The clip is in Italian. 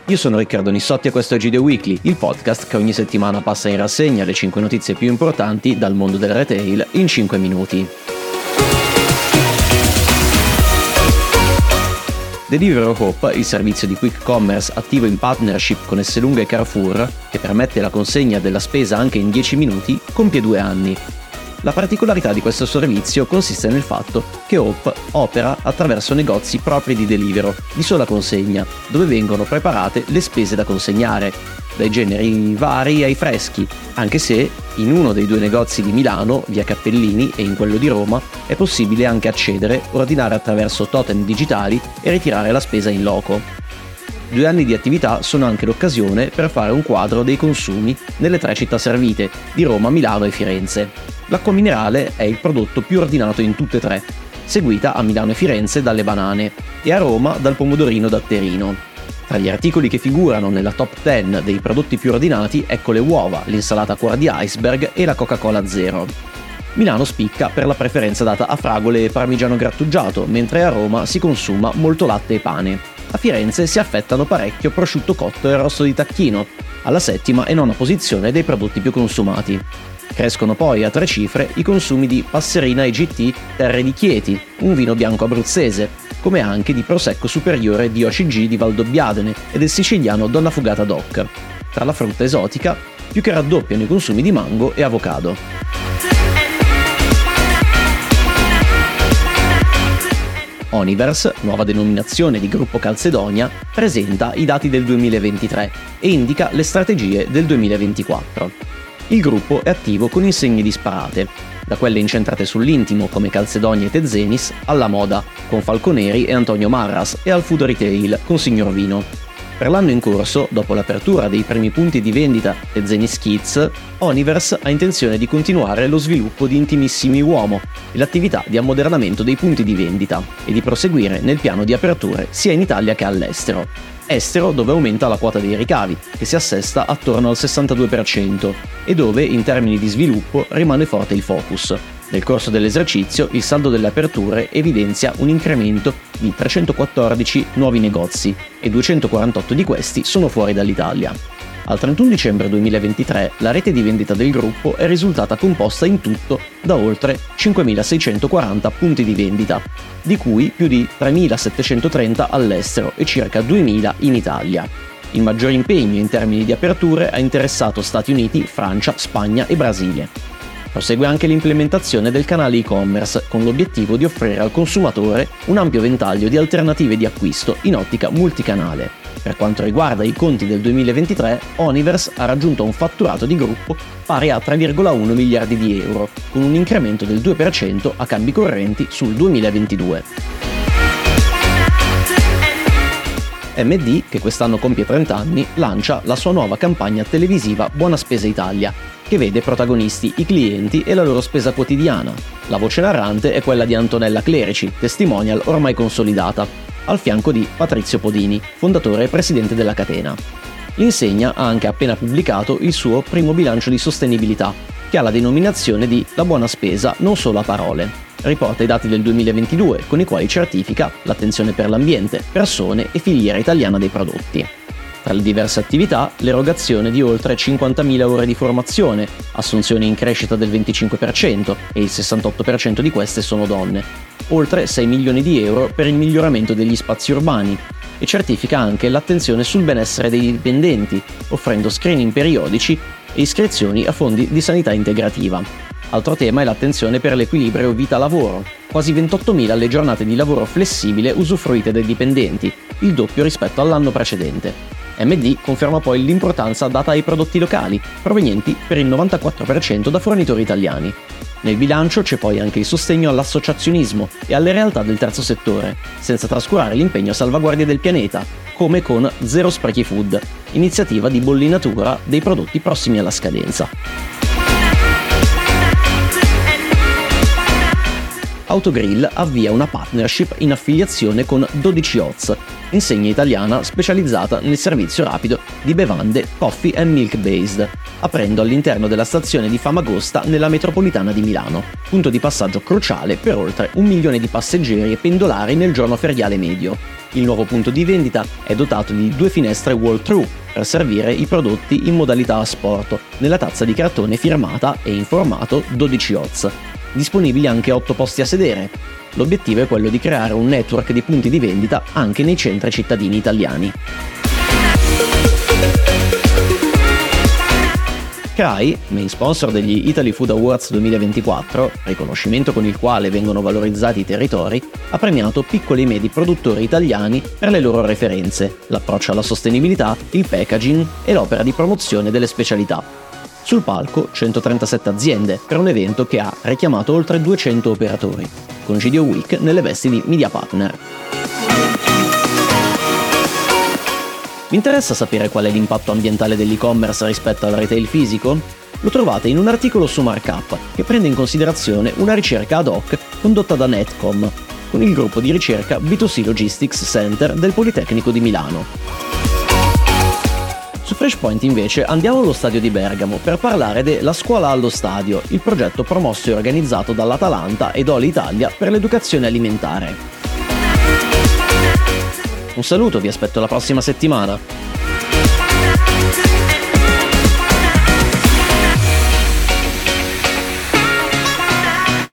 Io sono Riccardo Nissotti e questo è GD Weekly, il podcast che ogni settimana passa in rassegna le 5 notizie più importanti dal mondo del retail in 5 minuti. Deliveroo Hop, il servizio di quick commerce attivo in partnership con Esselunga e Carrefour, che permette la consegna della spesa anche in 10 minuti, compie 2 anni. La particolarità di questo servizio consiste nel fatto che Hop opera attraverso negozi propri di Deliveroo, di sola consegna, dove vengono preparate le spese da consegnare, dai generi vari ai freschi, anche se in uno dei 2 negozi di Milano, via Cappellini, e in quello di Roma, è possibile anche accedere, ordinare attraverso totem digitali e ritirare la spesa in loco. 2 anni di attività sono anche l'occasione per fare un quadro dei consumi nelle 3 città servite, di Roma, Milano e Firenze. L'acqua minerale è il prodotto più ordinato in tutte e 3, seguita a Milano e Firenze dalle banane e a Roma dal pomodorino datterino. Tra gli articoli che figurano nella top 10 dei prodotti più ordinati ecco le uova, l'insalata a cuore di iceberg e la Coca-Cola Zero. Milano spicca per la preferenza data a fragole e parmigiano grattugiato, mentre a Roma si consuma molto latte e pane. A Firenze si affettano parecchio prosciutto cotto e rosso di tacchino, alla 7ª e 9ª posizione dei prodotti più consumati. Crescono poi a 3 cifre i consumi di Passerina e GT Terre di Chieti, un vino bianco abruzzese, come anche di Prosecco Superiore di OCG di Valdobbiadene e del siciliano Donna Fugata Doc. Tra la frutta esotica, più che raddoppiano i consumi di mango e avocado. Onivers, nuova denominazione di Gruppo Calzedonia, presenta i dati del 2023 e indica le strategie del 2024. Il gruppo è attivo con insegne disparate, da quelle incentrate sull'intimo come Calzedonia e Tezenis, alla moda con Falconeri e Antonio Marras e al food retail con Signor Vino. Per l'anno in corso, dopo l'apertura dei primi punti di vendita Tezenis Kids, Onivers ha intenzione di continuare lo sviluppo di Intimissimi Uomo e l'attività di ammodernamento dei punti di vendita e di proseguire nel piano di aperture sia in Italia che all'estero. Estero dove aumenta la quota dei ricavi, che si assesta attorno al 62%, e dove in termini di sviluppo rimane forte il focus. Nel corso dell'esercizio il saldo delle aperture evidenzia un incremento di 314 nuovi negozi e 248 di questi sono fuori dall'Italia. Al 31 dicembre 2023 la rete di vendita del gruppo è risultata composta in tutto da oltre 5.640 punti di vendita, di cui più di 3.730 all'estero e circa 2.000 in Italia. Il maggior impegno in termini di aperture ha interessato Stati Uniti, Francia, Spagna e Brasile. Prosegue anche l'implementazione del canale e-commerce con l'obiettivo di offrire al consumatore un ampio ventaglio di alternative di acquisto in ottica multicanale. Per quanto riguarda i conti del 2023, Onivers ha raggiunto un fatturato di gruppo pari a 3,1 miliardi di euro, con un incremento del 2% a cambi correnti sul 2022. MD, che quest'anno compie 30 anni, lancia la sua nuova campagna televisiva Buona Spesa Italia, che vede protagonisti i clienti e la loro spesa quotidiana. La voce narrante è quella di Antonella Clerici, testimonial ormai consolidata, al fianco di Patrizio Podini, fondatore e presidente della catena. L'insegna ha anche appena pubblicato il suo primo bilancio di sostenibilità, che ha la denominazione di La buona spesa non solo a parole. Riporta i dati del 2022, con i quali certifica l'attenzione per l'ambiente, persone e filiera italiana dei prodotti. Tra le diverse attività, l'erogazione di oltre 50.000 ore di formazione, assunzioni in crescita del 25% e il 68% di queste sono donne, oltre 6 milioni di euro per il miglioramento degli spazi urbani e certifica anche l'attenzione sul benessere dei dipendenti, offrendo screening periodici e iscrizioni a fondi di sanità integrativa. Altro tema è l'attenzione per l'equilibrio vita-lavoro, quasi 28.000 le giornate di lavoro flessibile usufruite dai dipendenti, il doppio rispetto all'anno precedente. MD conferma poi l'importanza data ai prodotti locali, provenienti per il 94% da fornitori italiani. Nel bilancio c'è poi anche il sostegno all'associazionismo e alle realtà del terzo settore, senza trascurare l'impegno a salvaguardia del pianeta, come con Zero Sprechi Food, iniziativa di bollinatura dei prodotti prossimi alla scadenza. Autogrill avvia una partnership in affiliazione con 12 Oz, insegna italiana specializzata nel servizio rapido di bevande coffee and milk based, aprendo all'interno della stazione di Famagosta nella metropolitana di Milano, punto di passaggio cruciale per oltre 1 milione di passeggeri e pendolari nel giorno feriale medio. Il nuovo punto di vendita è dotato di 2 finestre walk-through per servire i prodotti in modalità asporto, nella tazza di cartone firmata e in formato 12 Oz. Disponibili anche 8 posti a sedere. L'obiettivo è quello di creare un network di punti di vendita anche nei centri cittadini italiani. CRAI, main sponsor degli Italy Food Awards 2024, riconoscimento con il quale vengono valorizzati i territori, ha premiato piccoli e medi produttori italiani per le loro referenze, l'approccio alla sostenibilità, il packaging e l'opera di promozione delle specialità. Sul palco 137 aziende per un evento che ha richiamato oltre 200 operatori, con GDO Week nelle vesti di media partner. Vi interessa sapere qual è l'impatto ambientale dell'e-commerce rispetto al retail fisico? Lo trovate in un articolo su Markup che prende in considerazione una ricerca ad hoc condotta da Netcom, con il gruppo di ricerca B2C Logistics Center del Politecnico di Milano. Su Freshpoint invece andiamo allo stadio di Bergamo per parlare de La Scuola allo Stadio, il progetto promosso e organizzato dall'Atalanta ed Oli Italia per l'educazione alimentare. Un saluto, vi aspetto la prossima settimana.